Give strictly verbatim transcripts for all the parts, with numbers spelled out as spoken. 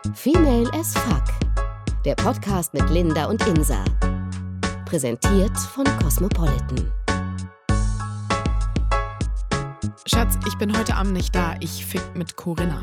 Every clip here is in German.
Female as Fuck. Der Podcast mit Linda und Insa. Präsentiert von Cosmopolitan. Schatz, ich bin heute Abend nicht da. Ich fick mit Corinna.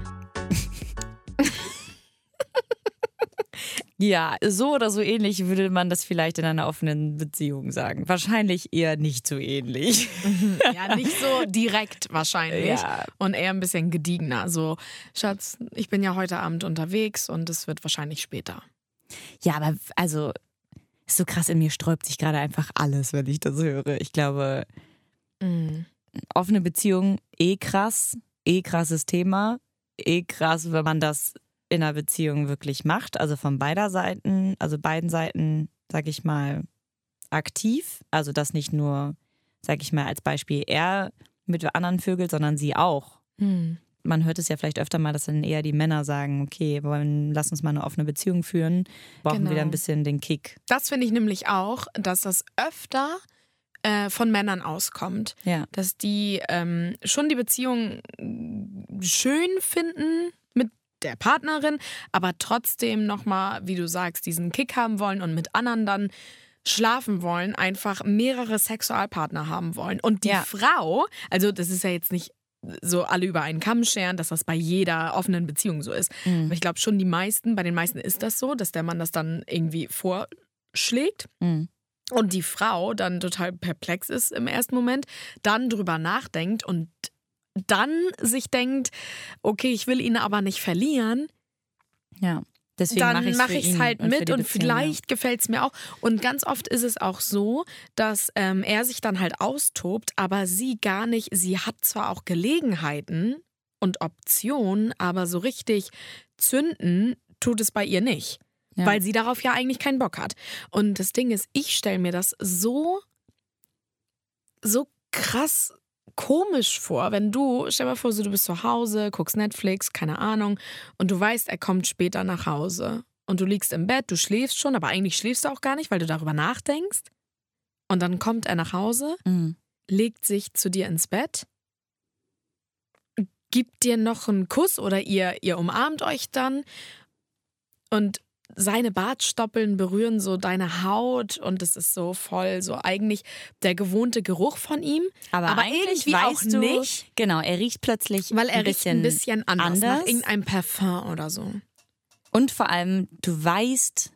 Ja, so oder so ähnlich würde man das vielleicht in einer offenen Beziehung sagen. Wahrscheinlich eher nicht so ähnlich. Ja, nicht so direkt wahrscheinlich. Ja. Und eher ein bisschen gediegener. So, Schatz, ich bin ja heute Abend unterwegs und es wird wahrscheinlich später. Ja, aber also, ist so krass, in mir sträubt sich gerade einfach alles, wenn ich das höre. Ich glaube, Mhm. offene Beziehung, eh krass, eh krasses Thema, eh krass, wenn man das in einer Beziehung wirklich macht, also von beider Seiten, also beiden Seiten, sag ich mal, aktiv, also das nicht nur, sag ich mal, als Beispiel er mit anderen vögelt, sondern sie auch. Mhm. Man hört es ja vielleicht öfter mal, dass dann eher die Männer sagen, okay, wollen, lass uns mal eine offene Beziehung führen, brauchen Genau. wieder ein bisschen den Kick. Das finde ich nämlich auch, dass das öfter äh, von Männern auskommt. Ja. Dass die ähm, schon die Beziehung schön finden mit der Partnerin, aber trotzdem nochmal, wie du sagst, diesen Kick haben wollen und mit anderen dann schlafen wollen, einfach mehrere Sexualpartner haben wollen. Und die Ja. Frau, also das ist ja jetzt nicht so alle über einen Kamm scheren, dass das bei jeder offenen Beziehung so ist. Mhm. Aber ich glaube schon die meisten, bei den meisten ist das so, dass der Mann das dann irgendwie vorschlägt. Mhm. Und die Frau dann total perplex ist im ersten Moment, dann drüber nachdenkt und dann sich denkt, okay, ich will ihn aber nicht verlieren, Ja. Deswegen dann mache mache ich ich es halt und für mit die und Beziehung, vielleicht gefällt es mir auch. Und ganz oft ist es auch so, dass ähm, er sich dann halt austobt, aber sie gar nicht, sie hat zwar auch Gelegenheiten und Optionen, aber so richtig zünden tut es bei ihr nicht. Ja. Weil sie darauf ja eigentlich keinen Bock hat. Und das Ding ist, ich stelle mir das so, so krass komisch vor, wenn du, stell dir mal vor, so, du bist zu Hause, guckst Netflix, keine Ahnung, und du weißt, er kommt später nach Hause. Und du liegst im Bett, du schläfst schon, aber eigentlich schläfst du auch gar nicht, weil du darüber nachdenkst. Und dann kommt er nach Hause, Mhm. legt sich zu dir ins Bett, gibt dir noch einen Kuss oder ihr, ihr umarmt euch dann und seine Bartstoppeln berühren so deine Haut und es ist so voll, so eigentlich der gewohnte Geruch von ihm. Aber, Aber eigentlich irgendwie weißt auch du, nicht. Genau, er riecht plötzlich Weil er ein riecht bisschen ein bisschen anders, anders. nach irgendeinem Parfum oder so. Und vor allem, du weißt,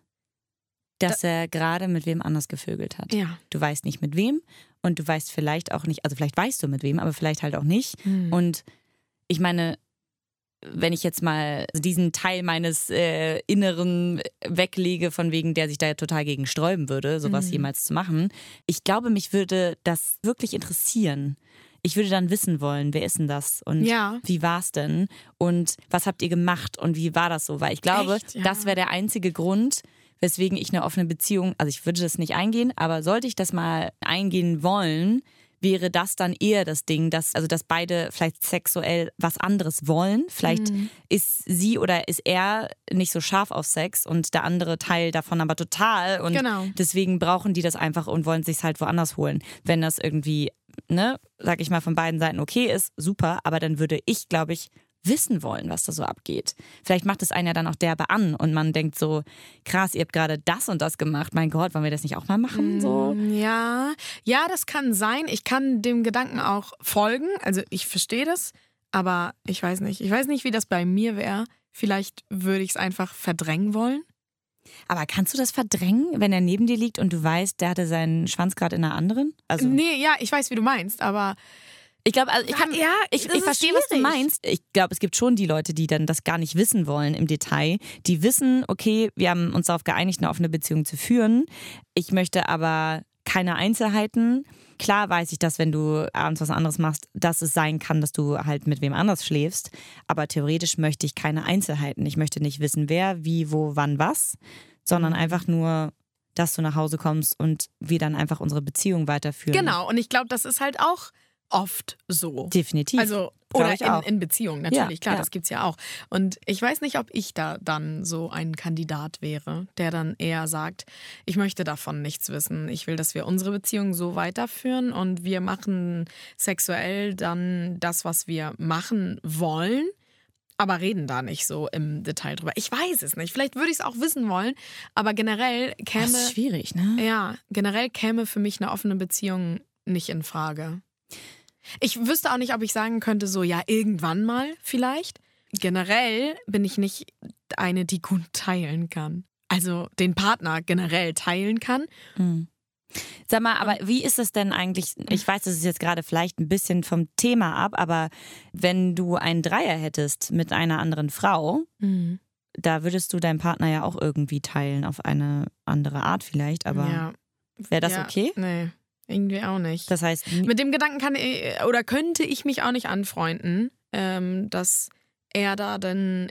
dass er gerade mit wem anders gevögelt hat. Ja. Du weißt nicht mit wem und du weißt vielleicht auch nicht, also vielleicht weißt du mit wem, aber vielleicht halt auch nicht. Hm. Und ich meine, wenn ich jetzt mal diesen Teil meines äh, Inneren weglege, von wegen, der sich da total gegen sträuben würde, sowas Mhm. jemals zu machen, ich glaube, mich würde das wirklich interessieren. Ich würde dann wissen wollen, wer ist denn das und Ja. wie war es denn und was habt ihr gemacht und wie war das so? Weil ich glaube, Echt? Ja. das wäre der einzige Grund, weswegen ich eine offene Beziehung, also ich würde das nicht eingehen, aber sollte ich das mal eingehen wollen, wäre das dann eher das Ding, dass, also dass beide vielleicht sexuell was anderes wollen. Vielleicht Mhm. ist sie oder ist er nicht so scharf auf Sex und der andere Teil davon aber total. Und Genau. deswegen brauchen die das einfach und wollen sich's halt woanders holen. Wenn das irgendwie, ne, sag ich mal, von beiden Seiten okay ist, super, aber dann würde ich, glaube ich, wissen wollen, was da so abgeht. Vielleicht macht es einen ja dann auch derbe an und man denkt so, krass, ihr habt gerade das und das gemacht, mein Gott, wollen wir das nicht auch mal machen? So. Ja, ja, das kann sein. Ich kann dem Gedanken auch folgen. Also ich verstehe das, aber ich weiß nicht. Ich weiß nicht, wie das bei mir wäre. Vielleicht würde ich es einfach verdrängen wollen. Aber kannst du das verdrängen, wenn er neben dir liegt und du weißt, der hatte seinen Schwanz gerade in einer anderen? Also Nee, ja, ich weiß, wie du meinst, aber ich glaube, also ich kann, Ja, ich, das ich ist verstehe, was du schwierig. meinst. Ich glaube, es gibt schon die Leute, die dann das gar nicht wissen wollen im Detail. Die wissen, okay, wir haben uns darauf geeinigt, eine offene Beziehung zu führen. Ich möchte aber keine Einzelheiten. Klar weiß ich, dass wenn du abends was anderes machst, dass es sein kann, dass du halt mit wem anders schläfst. Aber theoretisch möchte ich keine Einzelheiten. Ich möchte nicht wissen, wer, wie, wo, wann, was, sondern einfach nur, dass du nach Hause kommst und wir dann einfach unsere Beziehung weiterführen. genau. Und ich glaube, das ist halt auch oft so. Definitiv. Also, Glaub oder ich auch. in, in Beziehungen, natürlich, Ja, klar, ja. das gibt's ja auch. Und ich weiß nicht, ob ich da dann so ein Kandidat wäre, der dann eher sagt, ich möchte davon nichts wissen. Ich will, dass wir unsere Beziehung so weiterführen und wir machen sexuell dann das, was wir machen wollen. aber reden da nicht so im Detail drüber. Ich weiß es nicht. Vielleicht würde ich es auch wissen wollen, aber generell käme... Das ist schwierig, ne? Ja, generell käme für mich eine offene Beziehung nicht in Frage. Ich wüsste auch nicht, ob ich sagen könnte, so ja, irgendwann mal vielleicht. Generell bin ich nicht eine, die gut teilen kann. Also den Partner generell teilen kann. Mhm. Sag mal, aber wie ist es denn eigentlich, ich weiß, das ist jetzt gerade vielleicht ein bisschen vom Thema ab, aber wenn du einen Dreier hättest mit einer anderen Frau, mhm. da würdest du deinen Partner ja auch irgendwie teilen, auf eine andere Art vielleicht, aber ja. wäre das ja, okay? Nee, irgendwie auch nicht. Das heißt, mit dem Gedanken kann ich, oder könnte ich mich auch nicht anfreunden, ähm, dass er da dann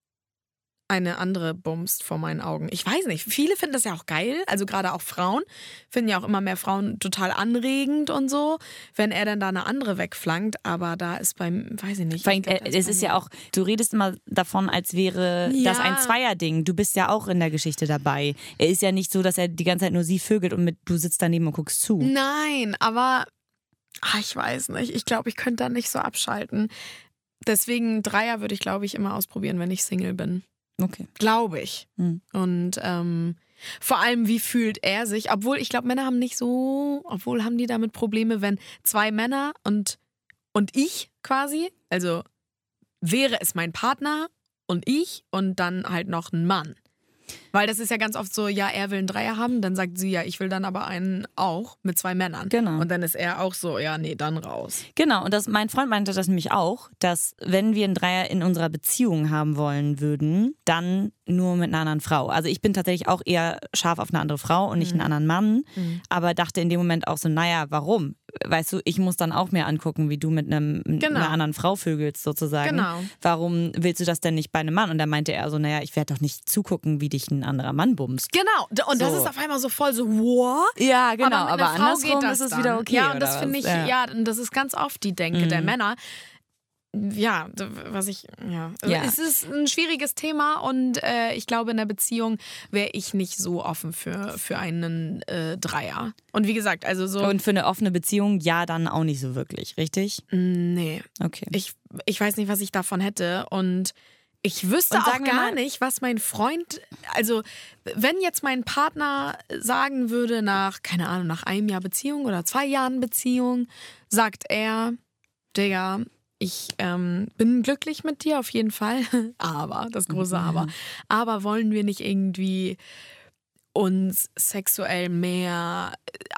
eine andere bumst vor meinen Augen. Ich weiß nicht, viele finden das ja auch geil, also gerade auch Frauen finden ja auch immer mehr Frauen total anregend und so, wenn er dann da eine andere wegflankt, aber da ist beim, weiß ich nicht. Vor allem, ich glaub, äh, es ist ja auch, du redest immer davon, als wäre ja. das ein Zweierding. Du bist ja auch in der Geschichte dabei. Er ist ja nicht so, dass er die ganze Zeit nur sie vögelt und mit, du sitzt daneben und guckst zu. Nein, aber ach, ich weiß nicht, ich glaube, ich könnte da nicht so abschalten. Deswegen Dreier würde ich, glaube ich, immer ausprobieren, wenn ich Single bin. Okay. Glaube ich. Hm. Und ähm, vor allem, wie fühlt er sich? Obwohl, ich glaube, Männer haben nicht so, obwohl haben die damit Probleme, wenn zwei Männer und, und ich quasi, also wäre es mein Partner und ich und dann halt noch ein Mann. Weil das ist ja ganz oft so, ja, er will einen Dreier haben, dann sagt sie, ja, ich will dann aber einen auch mit zwei Männern. Genau. Und dann ist er auch so, ja, nee, dann raus. Genau, und das, mein Freund meinte das nämlich auch, dass wenn wir einen Dreier in unserer Beziehung haben wollen würden, dann nur mit einer anderen Frau. Also ich bin tatsächlich auch eher scharf auf eine andere Frau und nicht Mhm. einen anderen Mann, Mhm. aber dachte in dem Moment auch so, naja, warum? Weißt du, ich muss dann auch mir angucken, wie du mit, einem, mit Genau. einer anderen Frau vögelst sozusagen. Genau. Warum willst du das denn nicht bei einem Mann? Und dann meinte er so, naja, ich werde doch nicht zugucken, wie dich ein anderer Mann bumst. Genau, und das So. ist auf einmal so voll so, what? Ja, genau, aber, mit aber einer Frau andersrum geht das ist es dann. wieder okay. Ja, und das oder finde was? ich, Ja. ja, und das ist ganz oft die Denke Mhm. der Männer. Ja, was ich, ja. Ja. Es ist ein schwieriges Thema und äh, ich glaube, in der Beziehung wäre ich nicht so offen für, für einen äh, Dreier. Und wie gesagt, also so. Und für eine offene Beziehung, ja, dann auch nicht so wirklich, richtig? Nee. Okay. Ich, ich weiß nicht, was ich davon hätte und ich wüsste Und auch sagen wir gar mal- nicht, was mein Freund, also wenn jetzt mein Partner sagen würde nach, keine Ahnung, nach einem Jahr Beziehung oder zwei Jahren Beziehung, sagt er, Digga, ich ähm, bin glücklich mit dir auf jeden Fall, aber, das große Aber, aber wollen wir nicht irgendwie uns sexuell mehr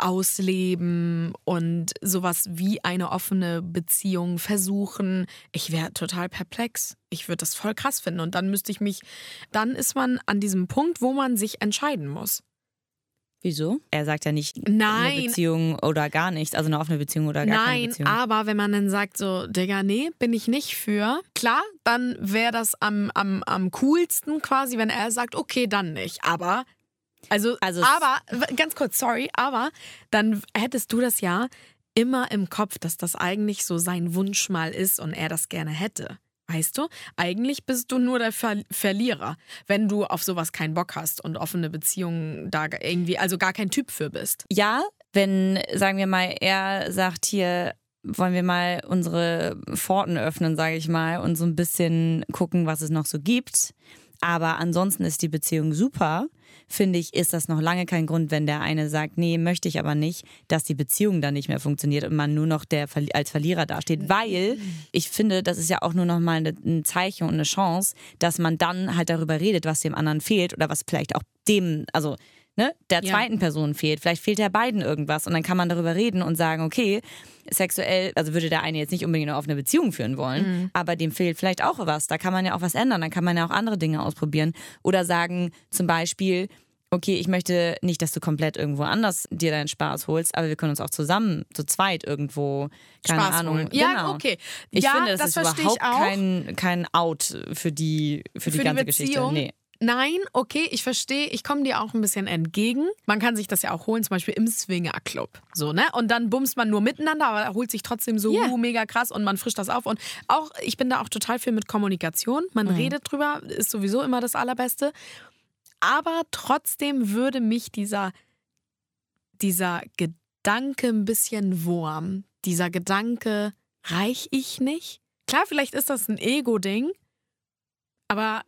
ausleben und sowas wie eine offene Beziehung versuchen. Ich wäre total perplex. Ich würde das voll krass finden. Und dann müsste ich mich, dann ist man an diesem Punkt, wo man sich entscheiden muss. Wieso? Er sagt ja nicht Nein. eine Beziehung oder gar nichts, also eine offene Beziehung oder gar keine Nein, Beziehung. aber wenn man dann sagt so, Digga, nee, bin ich nicht für. Klar, dann wäre das am, am, am coolsten quasi, wenn er sagt, okay, dann nicht. Aber, also, Also- aber, ganz kurz, sorry, aber dann hättest du das ja immer im Kopf, dass das eigentlich so sein Wunsch mal ist und er das gerne hätte. Weißt du? Eigentlich bist du nur der Ver Verlierer, wenn du auf sowas keinen Bock hast und offene Beziehungen da irgendwie, also gar kein Typ für bist. Ja, wenn, sagen wir mal, er sagt hier, wollen wir mal unsere Pforten öffnen, sage ich mal, und so ein bisschen gucken, was es noch so gibt. Aber ansonsten ist die Beziehung super, finde ich, ist das noch lange kein Grund, wenn der eine sagt, nee, möchte ich aber nicht, dass die Beziehung dann nicht mehr funktioniert und man nur noch der als Verlierer dasteht. Weil ich finde, das ist ja auch nur noch mal ein Zeichen und eine Chance, dass man dann halt darüber redet, was dem anderen fehlt oder was vielleicht auch dem, also ne, der Ja. zweiten Person fehlt. Vielleicht fehlt der beiden irgendwas und dann kann man darüber reden und sagen, okay, sexuell, also würde der eine jetzt nicht unbedingt eine offene Beziehung führen wollen, Mhm. aber dem fehlt vielleicht auch was. Da kann man ja auch was ändern, dann kann man ja auch andere Dinge ausprobieren. Oder sagen zum Beispiel, okay, ich möchte nicht, dass du komplett irgendwo anders dir deinen Spaß holst, aber wir können uns auch zusammen, zu zweit irgendwo, keine Spaß Ahnung. holen. Ja, genau. okay. Ich ja, finde, das, das ist verstehe überhaupt ich auch. kein, kein Out für die, für die Für die ganze Geschichte. Beziehung? Nee. Nein, okay, ich verstehe, ich komme dir auch ein bisschen entgegen. Man kann sich das ja auch holen, zum Beispiel im Swingerclub. So, ne? Und dann bumst man nur miteinander, aber holt sich trotzdem so Ja. uh, mega krass und man frischt das auf. Und auch, ich bin da auch total viel mit Kommunikation. Man Mhm. redet drüber, ist sowieso immer das Allerbeste. Aber trotzdem würde mich dieser, dieser Gedanke ein bisschen wurm. Dieser Gedanke, reich ich nicht? Klar, vielleicht ist das ein Ego-Ding. Aber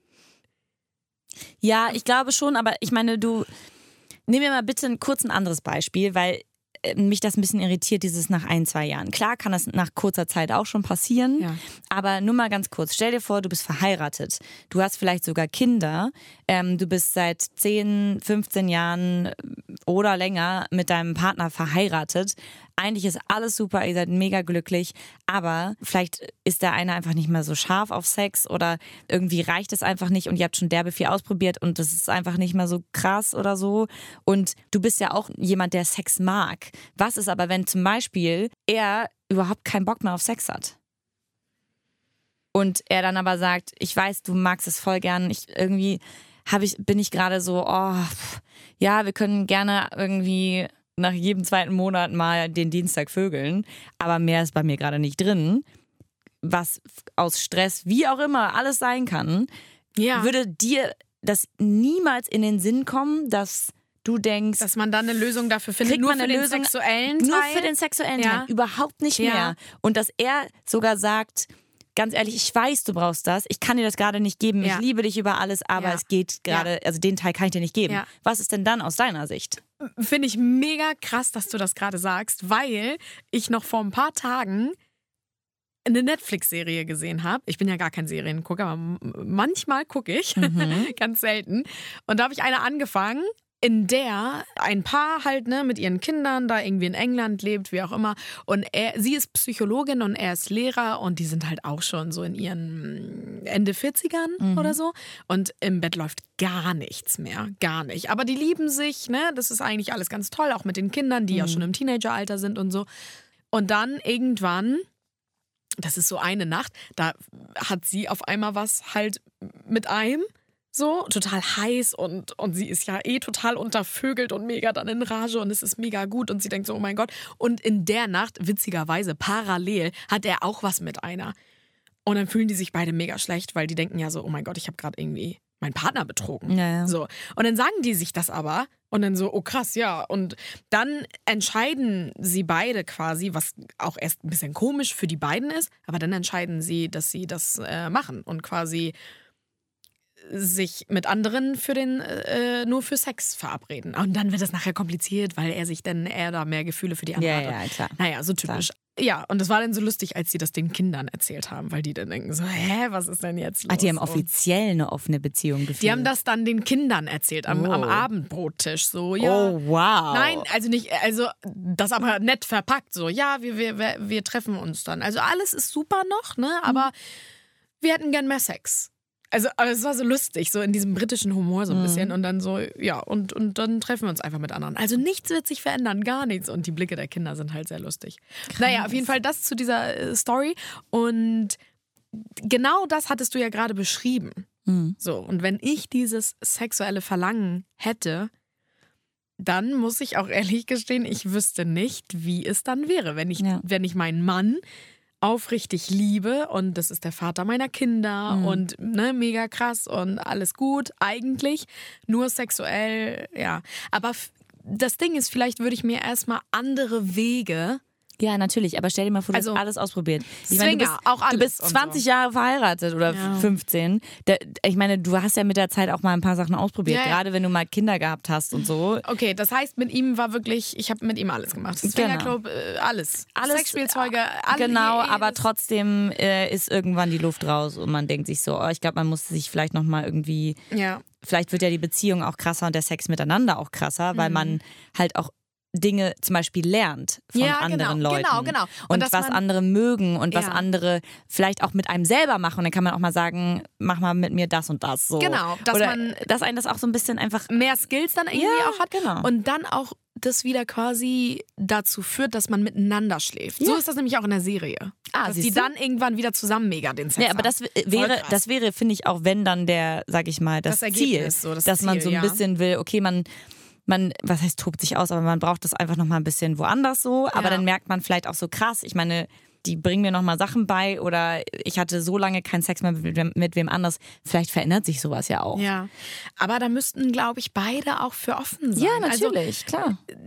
ja, ich glaube schon, aber ich meine, du, nimm mir mal bitte ein kurz ein anderes Beispiel, weil mich das ein bisschen irritiert, dieses nach ein, zwei Jahren. Klar kann das nach kurzer Zeit auch schon passieren, ja. aber nur mal ganz kurz. Stell dir vor, du bist verheiratet. Du hast vielleicht sogar Kinder. Ähm, du bist seit zehn, fünfzehn Jahren oder länger mit deinem Partner verheiratet. Eigentlich ist alles super, ihr seid mega glücklich, aber vielleicht ist der eine einfach nicht mehr so scharf auf Sex oder irgendwie reicht es einfach nicht und ihr habt schon derbe viel ausprobiert und das ist einfach nicht mehr so krass oder so. Und du bist ja auch jemand, der Sex mag. Was ist aber, wenn zum Beispiel er überhaupt keinen Bock mehr auf Sex hat? Und er dann aber sagt, ich weiß, du magst es voll gern, ich irgendwie habe ich, bin ich gerade so, oh, ja, wir können gerne irgendwie nach jedem zweiten Monat mal den Dienstag vögeln, aber mehr ist bei mir gerade nicht drin, was aus Stress, wie auch immer, alles sein kann, ja. würde dir das niemals in den Sinn kommen, dass du denkst, dass man dann eine Lösung dafür findet, nur für den Lösung, sexuellen Teil? Nur für den sexuellen ja. Teil, überhaupt nicht ja. mehr. Und dass er sogar sagt, ganz ehrlich, ich weiß, du brauchst das. Ich kann dir das gerade nicht geben. Ja. Ich liebe dich über alles, aber ja. es geht gerade, ja. also den Teil kann ich dir nicht geben. Ja. Was ist denn dann aus deiner Sicht? Finde ich mega krass, dass du das gerade sagst, weil ich noch vor ein paar Tagen eine Netflix-Serie gesehen habe. Ich bin ja gar kein Seriengucker, aber manchmal gucke ich, mhm. ganz selten. Und da habe ich eine angefangen, in der ein Paar halt ne, mit ihren Kindern da irgendwie in England lebt, wie auch immer. Und er, sie ist Psychologin und er ist Lehrer und die sind halt auch schon so in ihren Ende vierzigern mhm. oder so. Und im Bett läuft gar nichts mehr, gar nicht. Aber die lieben sich, ne? Das ist eigentlich alles ganz toll, auch mit den Kindern, die mhm. ja schon im Teenageralter sind und so. Und dann irgendwann, das ist so eine Nacht, da hat sie auf einmal was halt mit einem. So, total heiß und, und sie ist ja eh total untervögelt und mega dann in Rage und es ist mega gut und sie denkt so, oh mein Gott. Und in der Nacht, witzigerweise, parallel, hat er auch was mit einer. Und dann fühlen die sich beide mega schlecht, weil die denken ja so, oh mein Gott, ich habe gerade irgendwie meinen Partner betrogen. Ja, ja. So. Und dann sagen die sich das aber und dann so, oh krass, ja. Und dann entscheiden sie beide quasi, was auch erst ein bisschen komisch für die beiden ist, aber dann entscheiden sie, dass sie das äh, machen und quasi sich mit anderen für den äh, nur für Sex verabreden. Und dann wird das nachher kompliziert, weil er sich dann eher da mehr Gefühle für die andere ja, hat. Ja, klar. Naja, so typisch. Klar. Ja, und das war dann so lustig, als sie das den Kindern erzählt haben, weil die dann denken so, hä, was ist denn jetzt los? Ach, die haben offiziell eine offene Beziehung geführt. Die haben das dann den Kindern erzählt am, oh. am Abendbrottisch. So, ja. Oh, wow. Nein, also nicht, also das aber nett verpackt. So, ja, wir, wir, wir, wir treffen uns dann. Also alles ist super noch, ne? Aber mhm. wir hätten gern mehr Sex. Also, aber es war so lustig, so in diesem britischen Humor so ein bisschen. Und dann so, ja, und, und dann treffen wir uns einfach mit anderen. Also nichts wird sich verändern, gar nichts. Und die Blicke der Kinder sind halt sehr lustig. Krass. Naja, auf jeden Fall das zu dieser äh, Story. Und genau das hattest du ja gerade beschrieben. Mhm. So, und wenn ich dieses sexuelle Verlangen hätte, dann muss ich auch ehrlich gestehen, ich wüsste nicht, wie es dann wäre, wenn ich, ja. wenn ich meinen Mann aufrichtig liebe und das ist der Vater meiner Kinder mhm. und ne, mega krass und alles gut, eigentlich nur sexuell, ja. Aber f- das Ding ist, vielleicht würde ich mir erstmal andere Wege. Ja, natürlich, aber stell dir mal vor, du also, hast alles ausprobiert. Ich Swinger, meine, du bist, auch alles du bist zwanzig so. Jahre verheiratet oder ja. fünfzehn. Da, ich meine, du hast ja mit der Zeit auch mal ein paar Sachen ausprobiert, ja, ja. gerade wenn du mal Kinder gehabt hast und so. Okay, das heißt, mit ihm war wirklich, ich habe mit ihm alles gemacht. Swingerclub, genau. äh, alles. alles. Sexspielzeuge, alles. Genau, aber trotzdem äh, ist irgendwann die Luft raus und man denkt sich so, oh, ich glaube, man muss sich vielleicht nochmal irgendwie, ja. vielleicht wird ja die Beziehung auch krasser und der Sex miteinander auch krasser, weil mhm. man halt auch Dinge zum Beispiel lernt von ja, anderen genau, Leuten genau, genau. und, und was man, andere mögen und ja. was andere vielleicht auch mit einem selber machen. Und dann kann man auch mal sagen, mach mal mit mir das und das. So. Genau, dass Oder man dass einen das auch so ein bisschen einfach mehr Skills dann irgendwie ja, auch hat genau. und dann auch das wieder quasi dazu führt, dass man miteinander schläft. Ja. So ist das nämlich auch in der Serie. Ah, dass die du? dann irgendwann wieder zusammen mega den Sex ja, aber das wäre, das wäre, finde ich, auch wenn dann der, sag ich mal, das, das Ziel, Ergebnis, so, das dass Ziel, man so ein ja. bisschen will, okay, man Man, was heißt, tobt sich aus, aber man braucht das einfach nochmal ein bisschen woanders so. Aber ja. dann merkt man vielleicht auch so krass, ich meine, die bringen mir nochmal Sachen bei oder ich hatte so lange keinen Sex mehr mit, mit wem anders. Vielleicht verändert sich sowas ja auch. Ja, aber da müssten, glaube ich, beide auch für offen sein. Ja, natürlich, also, klar.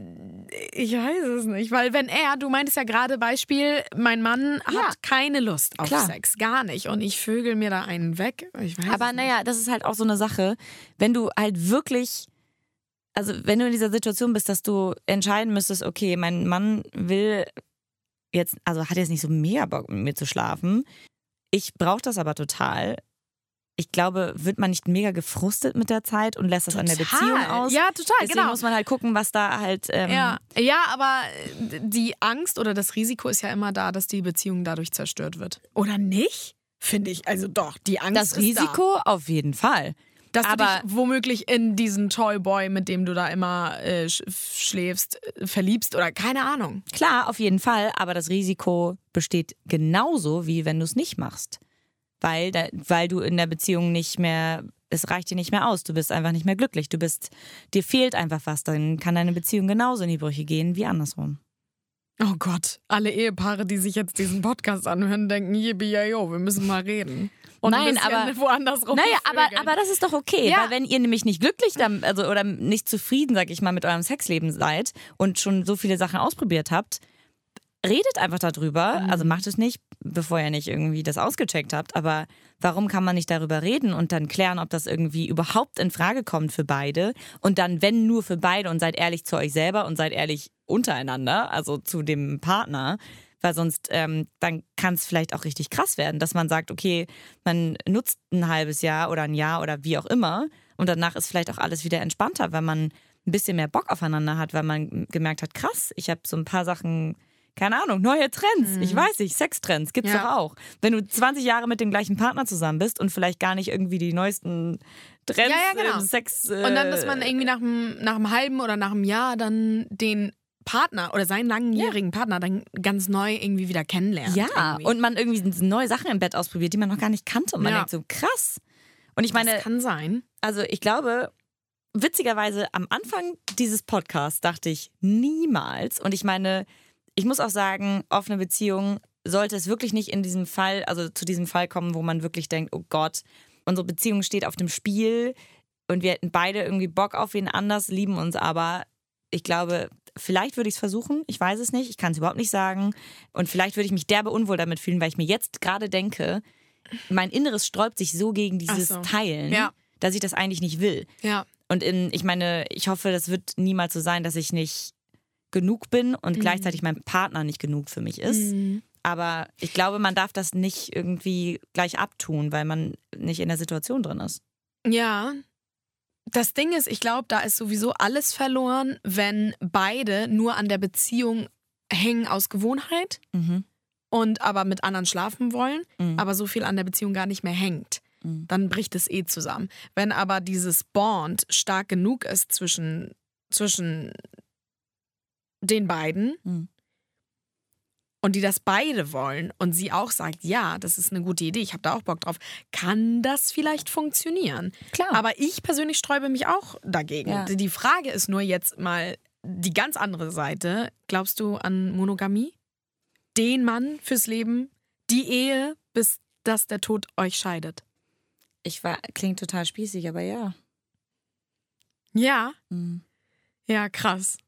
Ich weiß es nicht, weil wenn er, du meintest ja gerade Beispiel, mein Mann Ja. hat keine Lust auf Klar. Sex, gar nicht und ich vögel mir da einen weg. Ich weiß Aber es naja, das ist halt auch so eine Sache, wenn du halt wirklich, also wenn du in dieser Situation bist, dass du entscheiden müsstest, okay, mein Mann will jetzt, also hat jetzt nicht so mega Bock mit mir zu schlafen, ich brauche das aber total. Ich glaube, wird man nicht mega gefrustet mit der Zeit und lässt das an der Total. Beziehung aus? Ja, total, Deswegen genau. muss man halt gucken, was da halt... Ähm, Ja, ja, aber die Angst oder das Risiko ist ja immer da, dass die Beziehung dadurch zerstört wird. Oder nicht? Finde ich. Also doch, die Angst das ist Risiko auf jeden Fall. da. Dass aber du dich womöglich in diesen Toyboy, mit dem du da immer äh, sch schläfst, äh, verliebst oder keine Ahnung. Klar, auf jeden Fall, aber das Risiko besteht genauso, wie wenn du es nicht machst. Weil, da, weil du in der Beziehung nicht mehr, es reicht dir nicht mehr aus, du bist einfach nicht mehr glücklich, du bist, dir fehlt einfach was, dann kann deine Beziehung genauso in die Brüche gehen wie andersrum. Oh Gott, alle Ehepaare, die sich jetzt diesen Podcast anhören, denken, yippie, yo, wir müssen mal reden. Und Nein, ein bisschen aber- woanders rum. Naja, aber, aber das ist doch okay, Ja. weil wenn ihr nämlich nicht glücklich dann, also oder nicht zufrieden, sag ich mal, mit eurem Sexleben seid und schon so viele Sachen ausprobiert habt, redet einfach darüber, Mhm. also macht es nicht, bevor ihr nicht irgendwie das ausgecheckt habt, aber warum kann man nicht darüber reden und dann klären, ob das irgendwie überhaupt in Frage kommt für beide und dann, wenn nur für beide und seid ehrlich zu euch selber und seid ehrlich untereinander, also zu dem Partner, weil sonst ähm, dann kann es vielleicht auch richtig krass werden, dass man sagt, okay, man nutzt ein halbes Jahr oder ein Jahr oder wie auch immer und danach ist vielleicht auch alles wieder entspannter, weil man ein bisschen mehr Bock aufeinander hat, weil man gemerkt hat, krass, ich habe so ein paar Sachen, keine Ahnung, neue Trends, ich weiß nicht, Sextrends gibt's Ja. doch auch. Wenn du zwanzig Jahre mit dem gleichen Partner zusammen bist und vielleicht gar nicht irgendwie die neuesten Trends Ja, ja, genau. im Sex... Äh, Und dann, dass man irgendwie nach einem, nach einem halben oder nach einem Jahr dann den Partner oder seinen langjährigen Partner dann ganz neu irgendwie wieder kennenlernt. Ja, irgendwie. und man irgendwie neue Sachen im Bett ausprobiert, die man noch gar nicht kannte und man Ja. denkt so, krass. Und ich meine, das kann sein. also ich glaube, witzigerweise am Anfang dieses Podcasts dachte ich niemals, und ich meine, ich muss auch sagen, offene Beziehung sollte es wirklich nicht in diesem Fall, also zu diesem Fall kommen, wo man wirklich denkt, oh Gott, unsere Beziehung steht auf dem Spiel und wir hätten beide irgendwie Bock auf wen anders, lieben uns aber. Ich glaube, vielleicht würde ich es versuchen, ich weiß es nicht, ich kann es überhaupt nicht sagen. Und vielleicht würde ich mich derbe unwohl damit fühlen, weil ich mir jetzt gerade denke, mein Inneres sträubt sich so gegen dieses Ach so. Teilen, Ja. dass ich das eigentlich nicht will. Ja. Und in, ich meine, ich hoffe, das wird niemals so sein, dass ich nicht genug bin und Mhm. gleichzeitig mein Partner nicht genug für mich ist. Mhm. Aber ich glaube, man darf das nicht irgendwie gleich abtun, weil man nicht in der Situation drin ist. Ja. Das Ding ist, ich glaube, da ist sowieso alles verloren, wenn beide nur an der Beziehung hängen aus Gewohnheit Mhm. und aber mit anderen schlafen wollen, Mhm. aber so viel an der Beziehung gar nicht mehr hängt. Mhm. Dann bricht es eh zusammen. Wenn aber dieses Bond stark genug ist zwischen, zwischen den beiden Mhm. und die das beide wollen und sie auch sagt, ja, das ist eine gute Idee, ich habe da auch Bock drauf, kann das vielleicht funktionieren. Klar. Aber ich persönlich sträube mich auch dagegen. Ja. Die Frage ist nur jetzt mal die ganz andere Seite. Glaubst du an Monogamie? Den Mann fürs Leben? Die Ehe, bis dass der Tod euch scheidet? Ich war, klingt total spießig, aber ja. Ja, Mhm. ja, krass.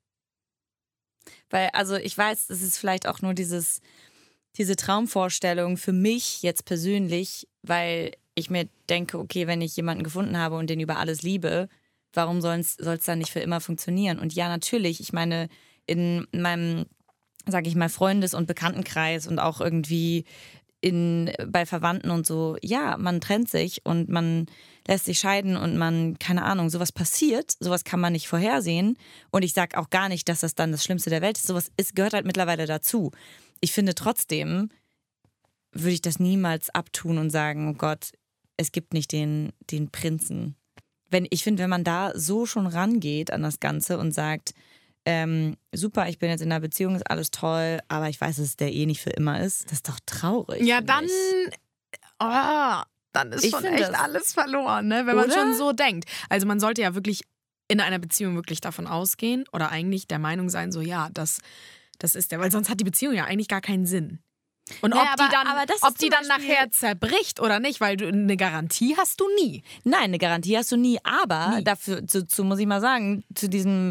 Weil, also ich weiß, das ist vielleicht auch nur dieses, diese Traumvorstellung für mich jetzt persönlich, weil ich mir denke, okay, wenn ich jemanden gefunden habe und den über alles liebe, warum soll es dann nicht für immer funktionieren? Und ja, natürlich, ich meine, in meinem, sag ich mal, Freundes- und Bekanntenkreis und auch irgendwie in, bei Verwandten und so, ja, man trennt sich und man lässt sich scheiden und man, keine Ahnung, sowas passiert, sowas kann man nicht vorhersehen und ich sag auch gar nicht, dass das dann das Schlimmste der Welt ist, sowas ist, gehört halt mittlerweile dazu. Ich finde trotzdem, würde ich das niemals abtun und sagen, oh Gott, es gibt nicht den, den Prinzen. Wenn, ich finde, wenn man da so schon rangeht an das Ganze und sagt, ähm, super, ich bin jetzt in einer Beziehung, ist alles toll, aber ich weiß, dass es der eh nicht für immer ist. Das ist doch traurig. Ja, finde dann, ich. oh, dann ist Ich schon finde echt das- alles verloren, ne? Wenn man Oder? schon so denkt. Also man sollte ja wirklich in einer Beziehung wirklich davon ausgehen oder eigentlich der Meinung sein, so ja, das, das ist der, weil sonst hat die Beziehung ja eigentlich gar keinen Sinn. Und Naja, ob die aber- dann, aber das ist ob die zum dann Beispiel- nachher zerbricht oder nicht, weil du eine Garantie hast du nie. Nein, eine Garantie hast du nie, aber Nie. dafür, zu, zu, muss ich mal sagen, zu diesem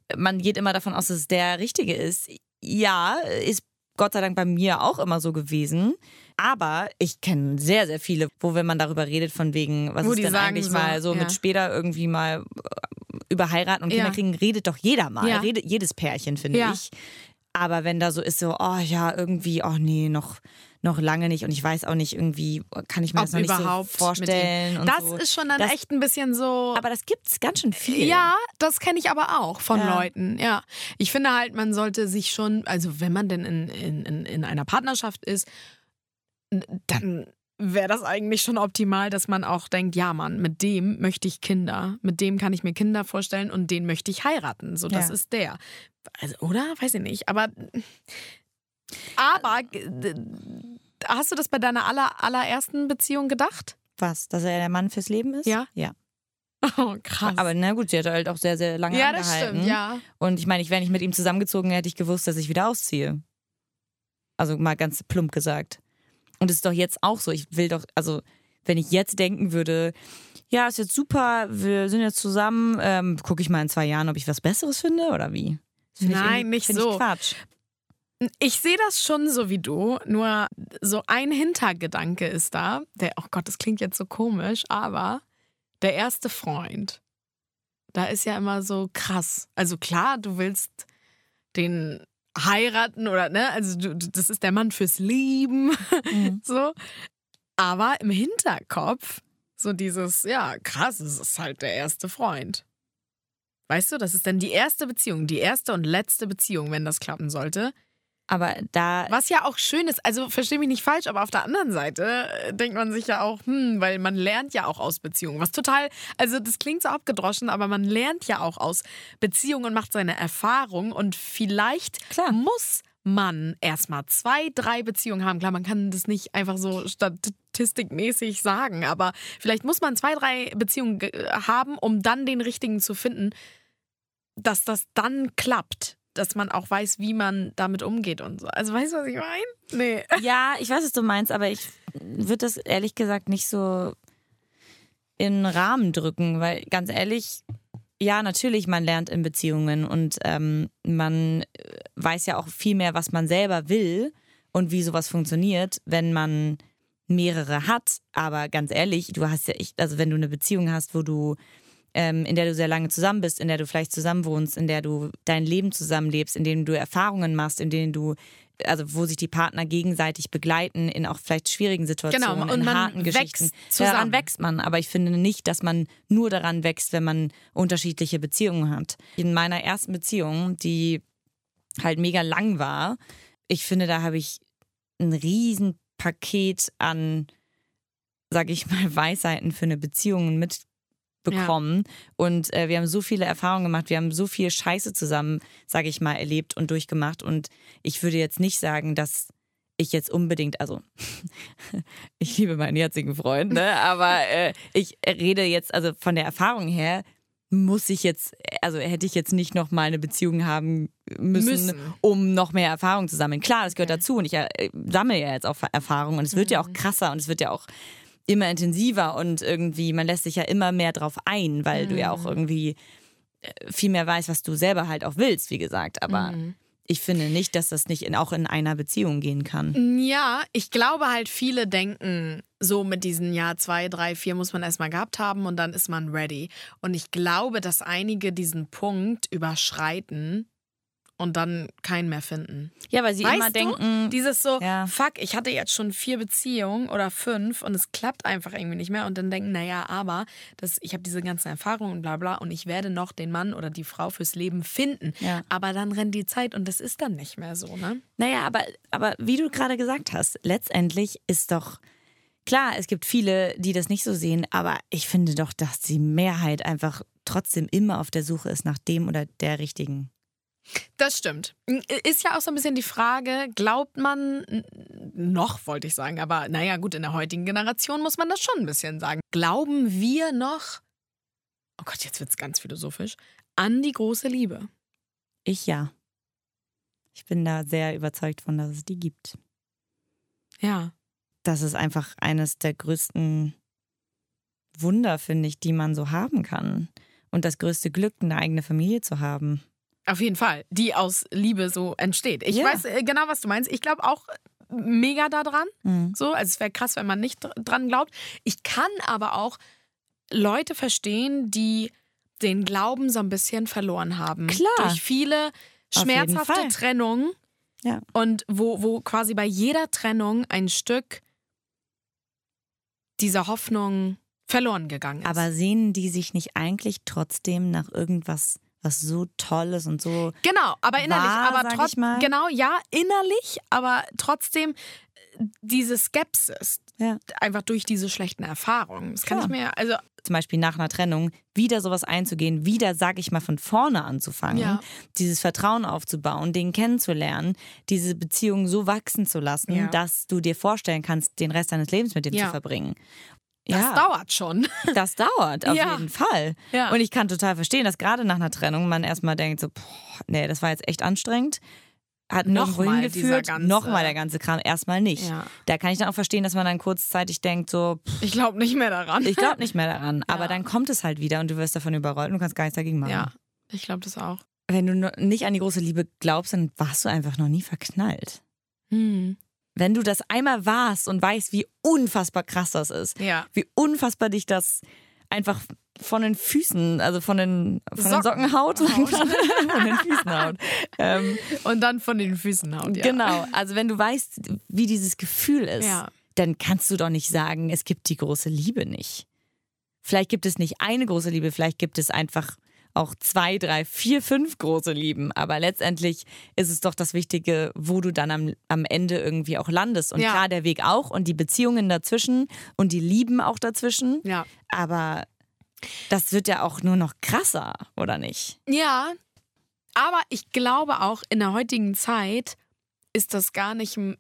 man geht immer davon aus, dass es der Richtige ist. Ja, ist Gott sei Dank bei mir auch immer so gewesen. Aber ich kenne sehr, sehr viele, wo wenn man darüber redet, von wegen, was Wo ist die denn sagen eigentlich so, mal so ja. mit später irgendwie mal äh, über heiraten und Kinder Ja. kriegen, redet doch jeder mal. Ja. Redet jedes Pärchen, finde Ja. ich. Aber wenn da so ist, so, oh ja, irgendwie, oh nee, noch, noch lange nicht und ich weiß auch nicht, irgendwie kann ich mir Ob das noch nicht so überhaupt vorstellen. mit ihm. Und Das so. ist schon dann Das- echt ein bisschen so. Aber das gibt's ganz schön viel. Ja, das kenne ich aber auch von Ja. Leuten. Ja, ich finde halt, man sollte sich schon, also wenn man denn in, in, in, in einer Partnerschaft ist, dann wäre das eigentlich schon optimal, dass man auch denkt, ja Mann, mit dem möchte ich Kinder, mit dem kann ich mir Kinder vorstellen und den möchte ich heiraten. So, das Ja. ist der. Also, oder? Weiß ich nicht. Aber, aber hast du das bei deiner aller, allerersten Beziehung gedacht? Was, dass er der Mann fürs Leben ist? Ja. Ja. Oh, krass. Aber na gut, sie hat halt auch sehr, sehr lange ja, das angehalten. stimmt, ja. Und ich meine, ich wäre nicht mit ihm zusammengezogen, hätte ich gewusst, dass ich wieder ausziehe. Also mal ganz plump gesagt. Und es ist doch jetzt auch so. Ich will doch, also wenn ich jetzt denken würde, ja, ist jetzt super, wir sind jetzt zusammen, ähm, gucke ich mal in zwei Jahren, ob ich was Besseres finde oder wie? Das find ich Nein, irgendwie- nicht find so. Ich Quatsch. Ich sehe das schon so wie du, nur so ein Hintergedanke ist da. Der, oh Gott, das klingt jetzt so komisch, aber der erste Freund, da ist ja immer so krass. Also klar, du willst den heiraten oder ne, also du, das ist der Mann fürs Leben, Mhm. so. Aber im Hinterkopf so dieses, ja krass, es ist halt der erste Freund. Weißt du, das ist dann die erste Beziehung, die erste und letzte Beziehung, wenn das klappen sollte. Aber da, Was ja auch schön ist, also versteh mich nicht falsch, aber auf der anderen Seite äh, denkt man sich ja auch, hm, weil man lernt ja auch aus Beziehungen. Was total, also das klingt so abgedroschen, aber man lernt ja auch aus Beziehungen und macht seine Erfahrung und vielleicht Klar. muss man erstmal zwei, drei Beziehungen haben. Klar, man kann das nicht einfach so statistikmäßig sagen, aber vielleicht muss man zwei, drei Beziehungen ge- haben, um dann den richtigen zu finden, dass das dann klappt. Dass man auch weiß, wie man damit umgeht und so. Also weißt du, was ich meine? Nee. ja, ich weiß, was du meinst, aber ich würde das ehrlich gesagt nicht so in den Rahmen drücken, weil ganz ehrlich, ja, natürlich, man lernt in Beziehungen und ähm, man weiß ja auch viel mehr, was man selber will und wie sowas funktioniert, wenn man mehrere hat. Aber ganz ehrlich, du hast ja, ich, also wenn du eine Beziehung hast, wo du ähm, in der du sehr lange zusammen bist, in der du vielleicht zusammen wohnst, in der du dein Leben zusammenlebst, in denen du Erfahrungen machst, in denen du, also wo sich die Partner gegenseitig begleiten in auch vielleicht schwierigen Situationen, Genau, und in man harten Geschichten. wächst zusammen. Daran wächst man, aber ich finde nicht, dass man nur daran wächst, wenn man unterschiedliche Beziehungen hat. In meiner ersten Beziehung, die halt mega lang war, ich finde, da habe ich ein riesen Paket an, sag ich mal, Weisheiten für eine Beziehung mitbekommen. Ja. Und äh, wir haben so viele Erfahrungen gemacht, wir haben so viel Scheiße zusammen, sag ich mal, erlebt und durchgemacht. Und ich würde jetzt nicht sagen, dass ich jetzt unbedingt, also ich liebe meinen jetzigen Freund, ne? aber äh, ich rede jetzt, also von der Erfahrung her, muss ich jetzt, also hätte ich jetzt nicht noch mal eine Beziehung haben müssen, Müssen. um noch mehr Erfahrung zu sammeln. Klar, das gehört dazu und ich äh, sammle ja jetzt auch Erfahrung und es wird mhm. ja auch krasser und es wird ja auch immer intensiver und irgendwie, man lässt sich ja immer mehr drauf ein, weil mhm. du ja auch irgendwie viel mehr weißt, was du selber halt auch willst, wie gesagt. Aber mhm. ich finde nicht, dass das nicht in, auch in einer Beziehung gehen kann. Ja, ich glaube halt, viele denken, so mit diesen Jahr zwei, drei, vier muss man erstmal gehabt haben und dann ist man ready. Und ich glaube, dass einige diesen Punkt überschreiten und dann keinen mehr finden. Ja, weil sie weißt immer du? denken... Dieses so, ja. fuck, ich hatte jetzt schon vier Beziehungen oder fünf und es klappt einfach irgendwie nicht mehr und dann denken, naja, aber das, ich habe diese ganzen Erfahrungen und bla bla und ich werde noch den Mann oder die Frau fürs Leben finden. Ja. Aber dann rennt die Zeit und das ist dann nicht mehr so, ne? Naja, aber, aber wie du gerade gesagt hast, letztendlich ist doch... Klar, es gibt viele, die das nicht so sehen, aber ich finde doch, dass die Mehrheit einfach trotzdem immer auf der Suche ist nach dem oder der richtigen. Das stimmt. Ist ja auch so ein bisschen die Frage, glaubt man noch, wollte ich sagen, aber naja gut, in der heutigen Generation muss man das schon ein bisschen sagen. Glauben wir noch, oh Gott, jetzt wird es ganz philosophisch, an die große Liebe? Ich ja. Ich bin da sehr überzeugt von, dass es die gibt. Ja. Das ist einfach eines der größten Wunder, finde ich, die man so haben kann. Und das größte Glück, eine eigene Familie zu haben. Auf jeden Fall, die aus Liebe so entsteht. Ich Ja. weiß äh, genau, was du meinst. Ich glaube auch mega daran. Mhm. So, also es wäre krass, wenn man nicht dr- dran glaubt. Ich kann aber auch Leute verstehen, die den Glauben so ein bisschen verloren haben. Klar. Durch viele Auf jeden schmerzhafte Fall. Trennungen. Ja. Und wo, wo quasi bei jeder Trennung ein Stück dieser Hoffnung verloren gegangen ist. Aber sehnen die sich nicht eigentlich trotzdem nach irgendwas, was so Tolles und so... Genau, aber innerlich, wahr, aber sag ich trotzdem, mal? genau, ja, innerlich, aber trotzdem diese Skepsis, Ja. einfach durch diese schlechten Erfahrungen. Das kann Klar. ich mir, also, Zum Beispiel nach einer Trennung wieder sowas einzugehen, wieder, sag ich mal, von vorne anzufangen, Ja. dieses Vertrauen aufzubauen, den kennenzulernen, diese Beziehung so wachsen zu lassen, Ja. dass du dir vorstellen kannst, den Rest deines Lebens mit dem Ja. zu verbringen. das ja, dauert schon. das dauert auf Ja. jeden Fall. Ja. Und ich kann total verstehen, dass gerade nach einer Trennung man erstmal denkt, so, boah, nee, das war jetzt echt anstrengend. Hat nirgendwo Nochmal hingeführt, dieser ganze- nochmal der ganze Kram, erstmal nicht. Ja. Da kann ich dann auch verstehen, dass man dann kurzzeitig denkt, so, pff, Ich glaube nicht mehr daran. ich glaube nicht mehr daran. Aber Ja. dann kommt es halt wieder und du wirst davon überrollt und du kannst gar nichts dagegen machen. Ja, ich glaube das auch. Wenn du no- nicht an die große Liebe glaubst, dann warst du einfach noch nie verknallt. Hm. Wenn du das einmal warst und weißt, wie unfassbar krass das ist, Ja. wie unfassbar dich das einfach von den Füßen, also von den, von den Socken Socken haut, haut. von den Füßen haut. Ähm, Und dann von den Füßen haut, ja. Genau, also wenn du weißt, wie dieses Gefühl ist, Ja. dann kannst du doch nicht sagen, es gibt die große Liebe nicht. Vielleicht gibt es nicht eine große Liebe, vielleicht gibt es einfach auch zwei, drei, vier, fünf große Lieben. Aber letztendlich ist es doch das Wichtige, wo du dann am, am Ende irgendwie auch landest. Und Ja. klar, der Weg auch und die Beziehungen dazwischen und die Lieben auch dazwischen. Ja. Aber das wird ja auch nur noch krasser, oder nicht? Ja, aber ich glaube auch, in der heutigen Zeit ist das gar nicht m-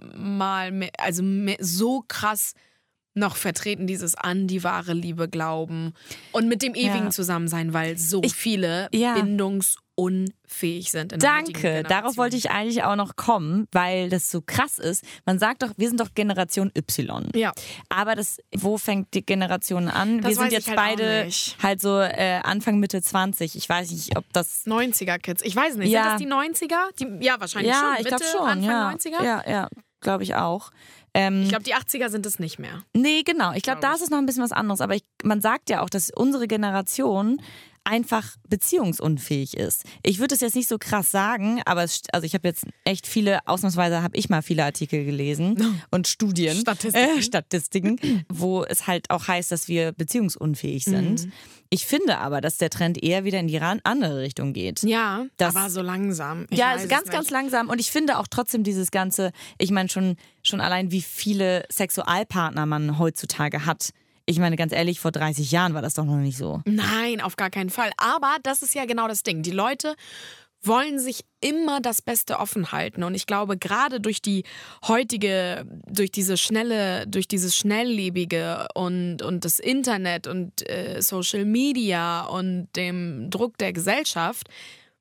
mal mehr, also mehr, so krass noch vertreten, dieses an die wahre Liebe glauben und mit dem ewigen Ja. Zusammensein, weil so Ich- viele ja. bindungsunfähig sind. In der heutigen Danke, Generation. darauf wollte ich eigentlich auch noch kommen, weil das so krass ist. Man sagt doch, wir sind doch Generation Y. Ja. Aber das, wo fängt die Generation an? Das wir sind weiß ich jetzt halt auch beide nicht. halt so äh, Anfang, Mitte zwanzig. Ich weiß nicht, ob das... neunziger-Kids. Ich weiß nicht, Ja. sind das die neunziger? Die, ja, wahrscheinlich Ja, schon. ich Mitte, glaube schon. Anfang ja. neunziger? Ja, ja, glaube ich auch. Ähm, Ich glaube, die achtziger sind es nicht mehr. nee, genau. Ich glaube, Glaub da ich. ist es noch ein bisschen was anderes. Aber ich, man sagt ja auch, dass unsere Generation einfach beziehungsunfähig ist. Ich würde es jetzt nicht so krass sagen, aber es, also ich habe jetzt echt viele, ausnahmsweise habe ich mal viele Artikel gelesen und Studien, Statistiken. äh, Statistiken, wo es halt auch heißt, dass wir beziehungsunfähig sind. Mhm. Ich finde aber, dass der Trend eher wieder in die ran- andere Richtung geht. Ja, Das- aber so langsam. Ich Ja, weiß also es ganz, nicht. ganz langsam. Und ich finde auch trotzdem dieses ganze, ich meine schon, schon allein, wie viele Sexualpartner man heutzutage hat. Ich meine, ganz ehrlich, vor dreißig Jahren war das doch noch nicht so. Nein, auf gar keinen Fall. Aber das ist ja genau das Ding. Die Leute wollen sich immer das Beste offen halten. Und ich glaube, gerade durch die heutige, durch diese schnelle, durch dieses Schnelllebige und, und das Internet und äh, Social Media und dem Druck der Gesellschaft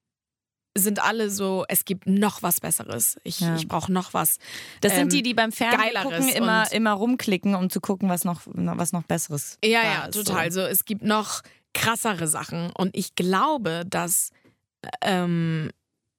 sind alle so, es gibt noch was Besseres. Ich, Ja. ich brauche noch was. Das sind ähm, die, die beim Fernsehen Geileres gucken, immer, und- immer rumklicken, um zu gucken, was noch, was noch Besseres Ja, da ja, ist, total. So. So, es gibt noch krassere Sachen. Und ich glaube, dass ähm,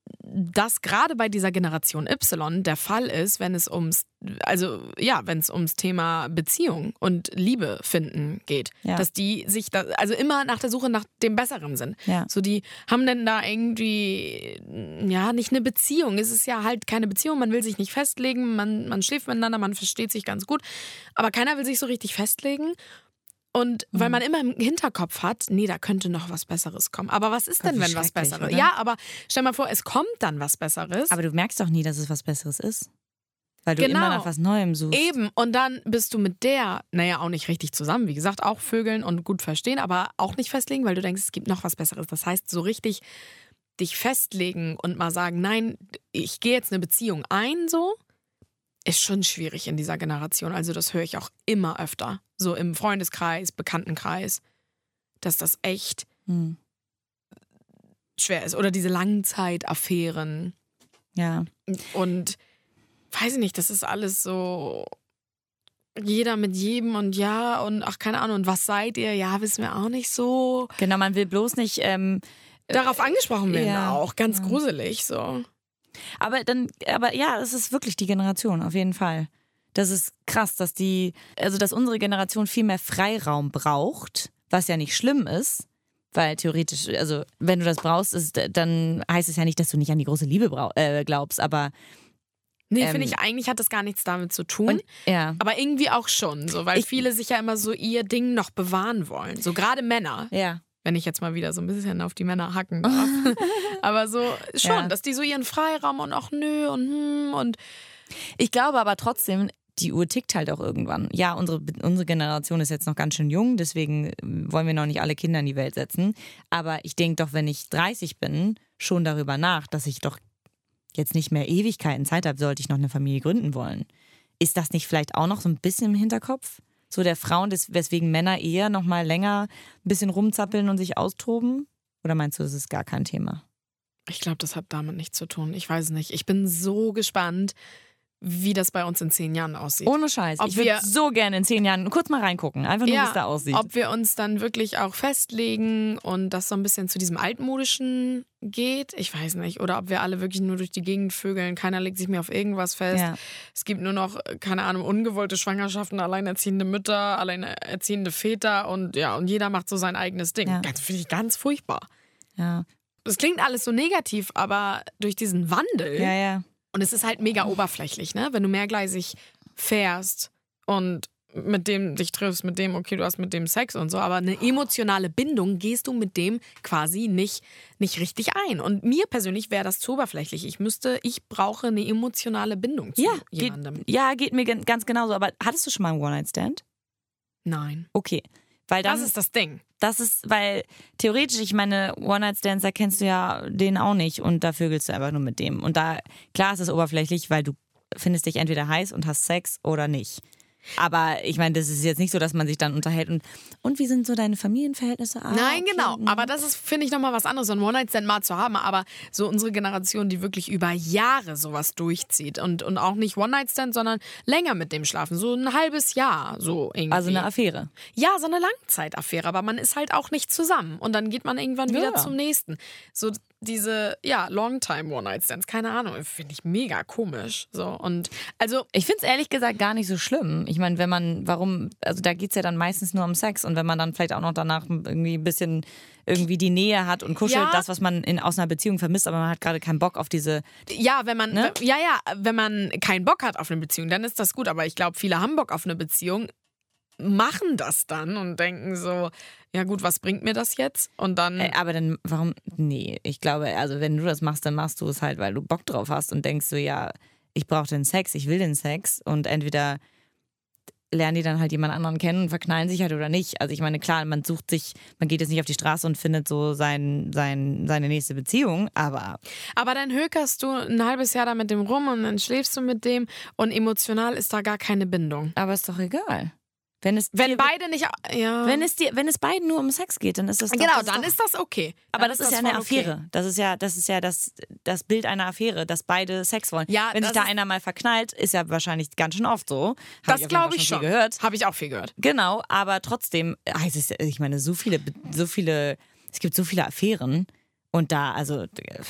das gerade bei dieser Generation Y der Fall ist, wenn es ums, also ja, wenn es ums Thema Beziehung und Liebe finden geht. Ja. Dass die sich da, also immer nach der Suche nach dem Besseren sind. Ja. So, die haben dann da irgendwie, ja, nicht eine Beziehung. Es ist ja halt keine Beziehung, man will sich nicht festlegen, man, man schläft miteinander, man versteht sich ganz gut. Aber keiner will sich so richtig festlegen. Und weil man immer im Hinterkopf hat, nee, da könnte noch was Besseres kommen. Aber was ist Gott, denn, wie wenn was schrecklich, Besseres? oder? Ja, aber stell mal vor, es kommt dann was Besseres. Aber du merkst doch nie, dass es was Besseres ist. Weil du Genau. immer nach was Neuem suchst. Eben, und dann bist du mit der, naja, auch nicht richtig zusammen. Wie gesagt, auch vögeln und gut verstehen, aber auch nicht festlegen, weil du denkst, es gibt noch was Besseres. Das heißt, so richtig dich festlegen und mal sagen, nein, ich gehe jetzt eine Beziehung ein, so, ist schon schwierig in dieser Generation. Also das höre ich auch immer öfter. So im Freundeskreis, Bekanntenkreis, dass das echt Hm. schwer ist. Oder diese Langzeitaffären. Ja. Und weiß ich nicht, das ist alles so jeder mit jedem und ja und ach, keine Ahnung, und was seid ihr? Ja, wissen wir auch nicht so. Genau, man will bloß nicht ähm, darauf angesprochen werden ja. auch. Ganz ja. gruselig so. Aber dann, aber ja, es ist wirklich die Generation, auf jeden Fall. Das ist krass, dass die, also dass unsere Generation viel mehr Freiraum braucht, was ja nicht schlimm ist, weil theoretisch, also wenn du das brauchst, ist, dann heißt es ja nicht, dass du nicht an die große Liebe brauch, äh, glaubst, aber Nee, ähm, finde ich, eigentlich hat das gar nichts damit zu tun. und, ja. Aber irgendwie auch schon, so, weil Ich- viele sich ja immer so ihr Ding noch bewahren wollen. So gerade Männer. Ja. Wenn ich jetzt mal wieder so ein bisschen auf die Männer hacken darf. Aber so schon, Ja. dass die so ihren Freiraum und auch nö und hm und Ich glaube aber trotzdem, die Uhr tickt halt auch irgendwann. Ja, unsere, unsere Generation ist jetzt noch ganz schön jung, deswegen wollen wir noch nicht alle Kinder in die Welt setzen. Aber ich denke doch, wenn ich dreißig bin, schon darüber nach, dass ich doch jetzt nicht mehr Ewigkeiten Zeit habe, sollte ich noch eine Familie gründen wollen. Ist das nicht vielleicht auch noch so ein bisschen im Hinterkopf? So der Frauen, des, weswegen Männer eher noch mal länger ein bisschen rumzappeln und sich austoben? Oder meinst du, das ist gar kein Thema? ich glaube, das hat damit nichts zu tun. Ich weiß nicht. Ich bin so gespannt, wie das bei uns in zehn Jahren aussieht. Ohne Scheiß. Ob Ich würde wir- so gerne in zehn Jahren kurz mal reingucken. Einfach nur, wie es da ja, aussieht. ob wir uns dann wirklich auch festlegen und das so ein bisschen zu diesem Altmodischen geht, ich weiß nicht. Oder ob wir alle wirklich nur durch die Gegend vögeln, keiner legt sich mehr auf irgendwas fest. Ja. Es gibt nur noch, keine Ahnung, ungewollte Schwangerschaften, alleinerziehende Mütter, alleinerziehende Väter und ja, und jeder macht so sein eigenes Ding. Ja. Das finde ich ganz furchtbar. Ja. Das klingt alles so negativ, aber durch diesen Wandel, ja, ja. und es ist halt mega oberflächlich, ne? Wenn du mehrgleisig fährst und mit dem dich triffst, mit dem, okay, du hast mit dem Sex und so, aber eine emotionale Bindung gehst du mit dem quasi nicht, nicht richtig ein. Und mir persönlich wäre das zu oberflächlich. Ich müsste, ich brauche eine emotionale Bindung zu Ja, geht, jemandem. ja, geht mir gen- ganz genauso. Aber hattest du schon mal einen One-Night-Stand? Nein. Okay. Weil dann, Das ist das Ding. das ist, weil theoretisch, ich meine, One-Night-Stands, da kennst du ja den auch nicht und da vögelst du einfach nur mit dem. Und da, klar ist es oberflächlich, weil du findest dich entweder heiß und hast Sex oder nicht. Aber ich meine, das ist jetzt nicht so, dass man sich dann unterhält und, und wie sind so deine Familienverhältnisse? Ah, Nein, okay. genau. Aber das ist, finde ich, nochmal was anderes, so ein One-Night-Stand mal zu haben. Aber so unsere Generation, die wirklich über Jahre sowas durchzieht. Und, und auch nicht One-Night-Stand, sondern länger mit dem schlafen. So ein halbes Jahr, so irgendwie. Also eine Affäre. Ja, so eine Langzeitaffäre. Aber man ist halt auch nicht zusammen. Und dann geht man irgendwann wieder Ja. zum nächsten. So diese, ja, Long-Time One-Night-Stands. Keine Ahnung. Finde ich mega komisch. So. Und also, Ich finde es ehrlich gesagt gar nicht so schlimm. Ich meine, wenn man, warum, also da geht es ja dann meistens nur um Sex und wenn man dann vielleicht auch noch danach irgendwie ein bisschen irgendwie die Nähe hat und kuschelt, Ja. das, was man in, aus einer Beziehung vermisst, aber man hat gerade keinen Bock auf diese. ja, wenn man, Ne? ja, ja, wenn man keinen Bock hat auf eine Beziehung, dann ist das gut. Aber ich glaube, viele haben Bock auf eine Beziehung, machen das dann und denken so, ja gut, was bringt mir das jetzt? Und dann, Äh, aber dann, warum? Nee, ich glaube, also wenn du das machst, dann machst du es halt, weil du Bock drauf hast und denkst so, ja, ich brauche den Sex, ich will den Sex und entweder lernen die dann halt jemand anderen kennen und verknallen sich halt oder nicht. Also ich meine, klar, man sucht sich, man geht jetzt nicht auf die Straße und findet so sein, sein, seine nächste Beziehung, aber aber dann hökerst du ein halbes Jahr da mit dem rum und dann schläfst du mit dem und emotional ist da gar keine Bindung. aber ist doch egal. Wenn es Wenn dir, beide nicht, ja. wenn es dir, wenn es beiden nur um Sex geht, dann ist das doch, genau, das dann doch, ist das okay. aber Dann das ist ja eine voll okay. Affäre. Das ist ja, das ist ja das, das Bild einer Affäre, dass beide Sex wollen. Ja, wenn sich das da ist- einer mal verknallt, ist ja wahrscheinlich ganz schön oft so. Hab Das auf jeden glaube Fall ich schon. viel gehört. Habe ich auch viel gehört. Genau, aber trotzdem heißt es, ich meine, so viele, so viele, es gibt so viele Affären und da, also,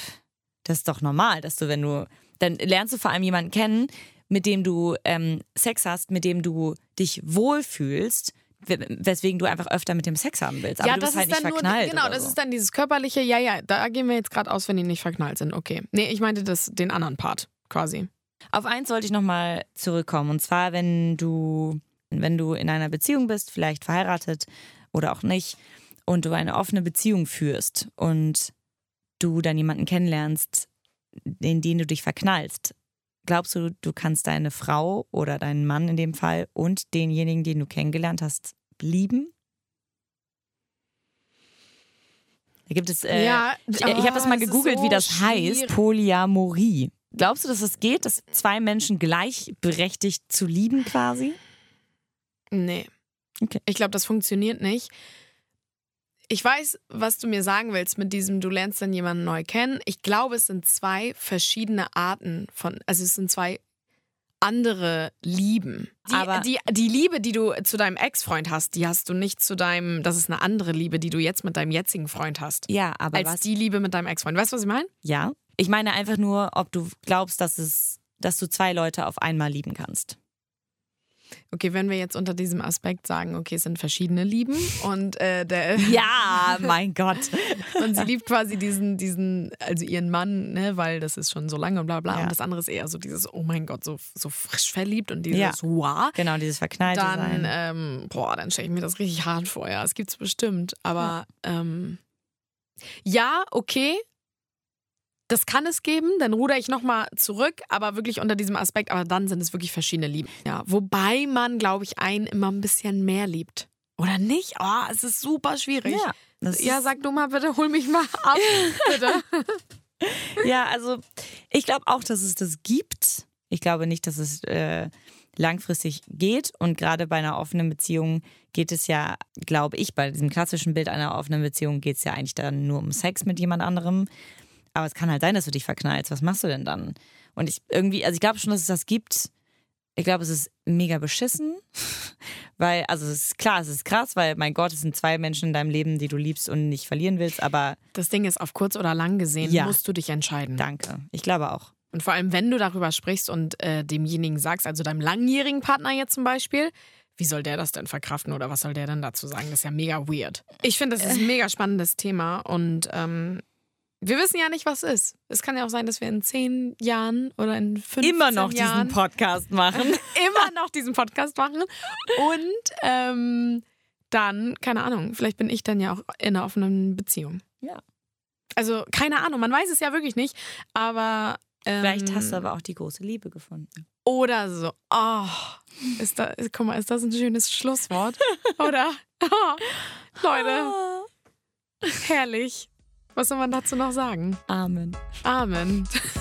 das ist doch normal, dass du, wenn du, dann lernst du vor allem jemanden kennen, mit dem du ähm, Sex hast, mit dem du dich wohlfühlst, weswegen du einfach öfter mit dem Sex haben willst. Aber ja, du das bist halt ist nicht dann nur, verknallt. genau, oder das so. ist dann dieses körperliche, ja, ja, da gehen wir jetzt gerade aus, wenn die nicht verknallt sind. Okay. Nee, ich meinte das, den anderen Part quasi. Auf eins wollte ich nochmal zurückkommen. Und zwar, wenn du, wenn du in einer Beziehung bist, vielleicht verheiratet oder auch nicht, und du eine offene Beziehung führst und du dann jemanden kennenlernst, in den du dich verknallst, glaubst du, du kannst deine Frau oder deinen Mann in dem Fall und denjenigen, den du kennengelernt hast, lieben? Da gibt es, äh, Ja, ich, ich habe das mal oh, es ist gegoogelt, so wie das heißt, schwierig. Polyamorie. Glaubst du, dass es geht, dass zwei Menschen gleichberechtigt zu lieben quasi? Nee. Okay. Ich glaube, das funktioniert nicht. Ich weiß, was du mir sagen willst mit diesem, du lernst dann jemanden neu kennen. Ich glaube, es sind zwei verschiedene Arten von, also es sind zwei andere lieben. Die, Aber die, die Liebe, die du zu deinem Ex-Freund hast, die hast du nicht zu deinem, das ist eine andere Liebe, die du jetzt mit deinem jetzigen Freund hast. ja, aber Als was? die Liebe mit deinem Ex-Freund. Weißt du, was ich meine? Ja. Ich meine einfach nur, ob du glaubst, dass es, dass du zwei Leute auf einmal lieben kannst. Okay, wenn wir jetzt unter diesem Aspekt sagen, okay, es sind verschiedene Lieben und äh, der Ja, mein Gott. und sie liebt quasi diesen, diesen, also ihren Mann, ne, weil das ist schon so lange und bla bla. Ja. Und das andere ist eher so dieses, oh mein Gott, so, so frisch verliebt und dieses Ja. wow. Genau, dieses verknallte Dann, sein. ähm, boah, dann stelle ich mir das richtig hart vor, ja. Es gibt's bestimmt. Aber ja, ähm, ja okay. Das kann es geben, dann ruder ich nochmal zurück, aber wirklich unter diesem Aspekt, aber dann sind es wirklich verschiedene Lieben. Ja, wobei man, glaube ich, einen immer ein bisschen mehr liebt. Oder nicht? Oh, es ist super schwierig. Ja, das Ja, ist- sag du mal bitte, hol mich mal ab, bitte. Ja, also ich glaube auch, dass es das gibt. Ich glaube nicht, dass es äh, langfristig geht. Und gerade bei einer offenen Beziehung geht es ja, glaube ich, bei diesem klassischen Bild einer offenen Beziehung geht es ja eigentlich dann nur um Sex mit jemand anderem. Aber es kann halt sein, dass du dich verknallst. Was machst du denn dann? Und ich irgendwie, also ich glaube schon, dass es das gibt. Ich glaube, es ist mega beschissen. Weil, also es ist klar, es ist krass, weil, mein Gott, es sind zwei Menschen in deinem Leben, die du liebst und nicht verlieren willst. Aber Das Ding ist, auf kurz oder lang gesehen, Ja. musst du dich entscheiden. danke. Ich glaube auch. Und vor allem, wenn du darüber sprichst und äh, demjenigen sagst, also deinem langjährigen Partner jetzt zum Beispiel, wie soll der das denn verkraften oder was soll der denn dazu sagen? Das ist ja mega weird. Ich finde, das ist ein mega spannendes Thema und ähm, wir wissen ja nicht, was ist. Es kann ja auch sein, dass wir in zehn Jahren oder in fünfzehn Immer noch Jahren diesen Podcast machen. immer noch diesen Podcast machen. Und ähm, dann, keine Ahnung, vielleicht bin ich dann ja auch in einer offenen Beziehung. Ja. Also, keine Ahnung, man weiß es ja wirklich nicht. Aber ähm, Vielleicht hast du aber auch die große Liebe gefunden. oder so. Oh, ist da, guck mal, ist das ein schönes Schlusswort? Oder? Oh, Leute, herrlich. Was soll man dazu noch sagen? Amen. Amen.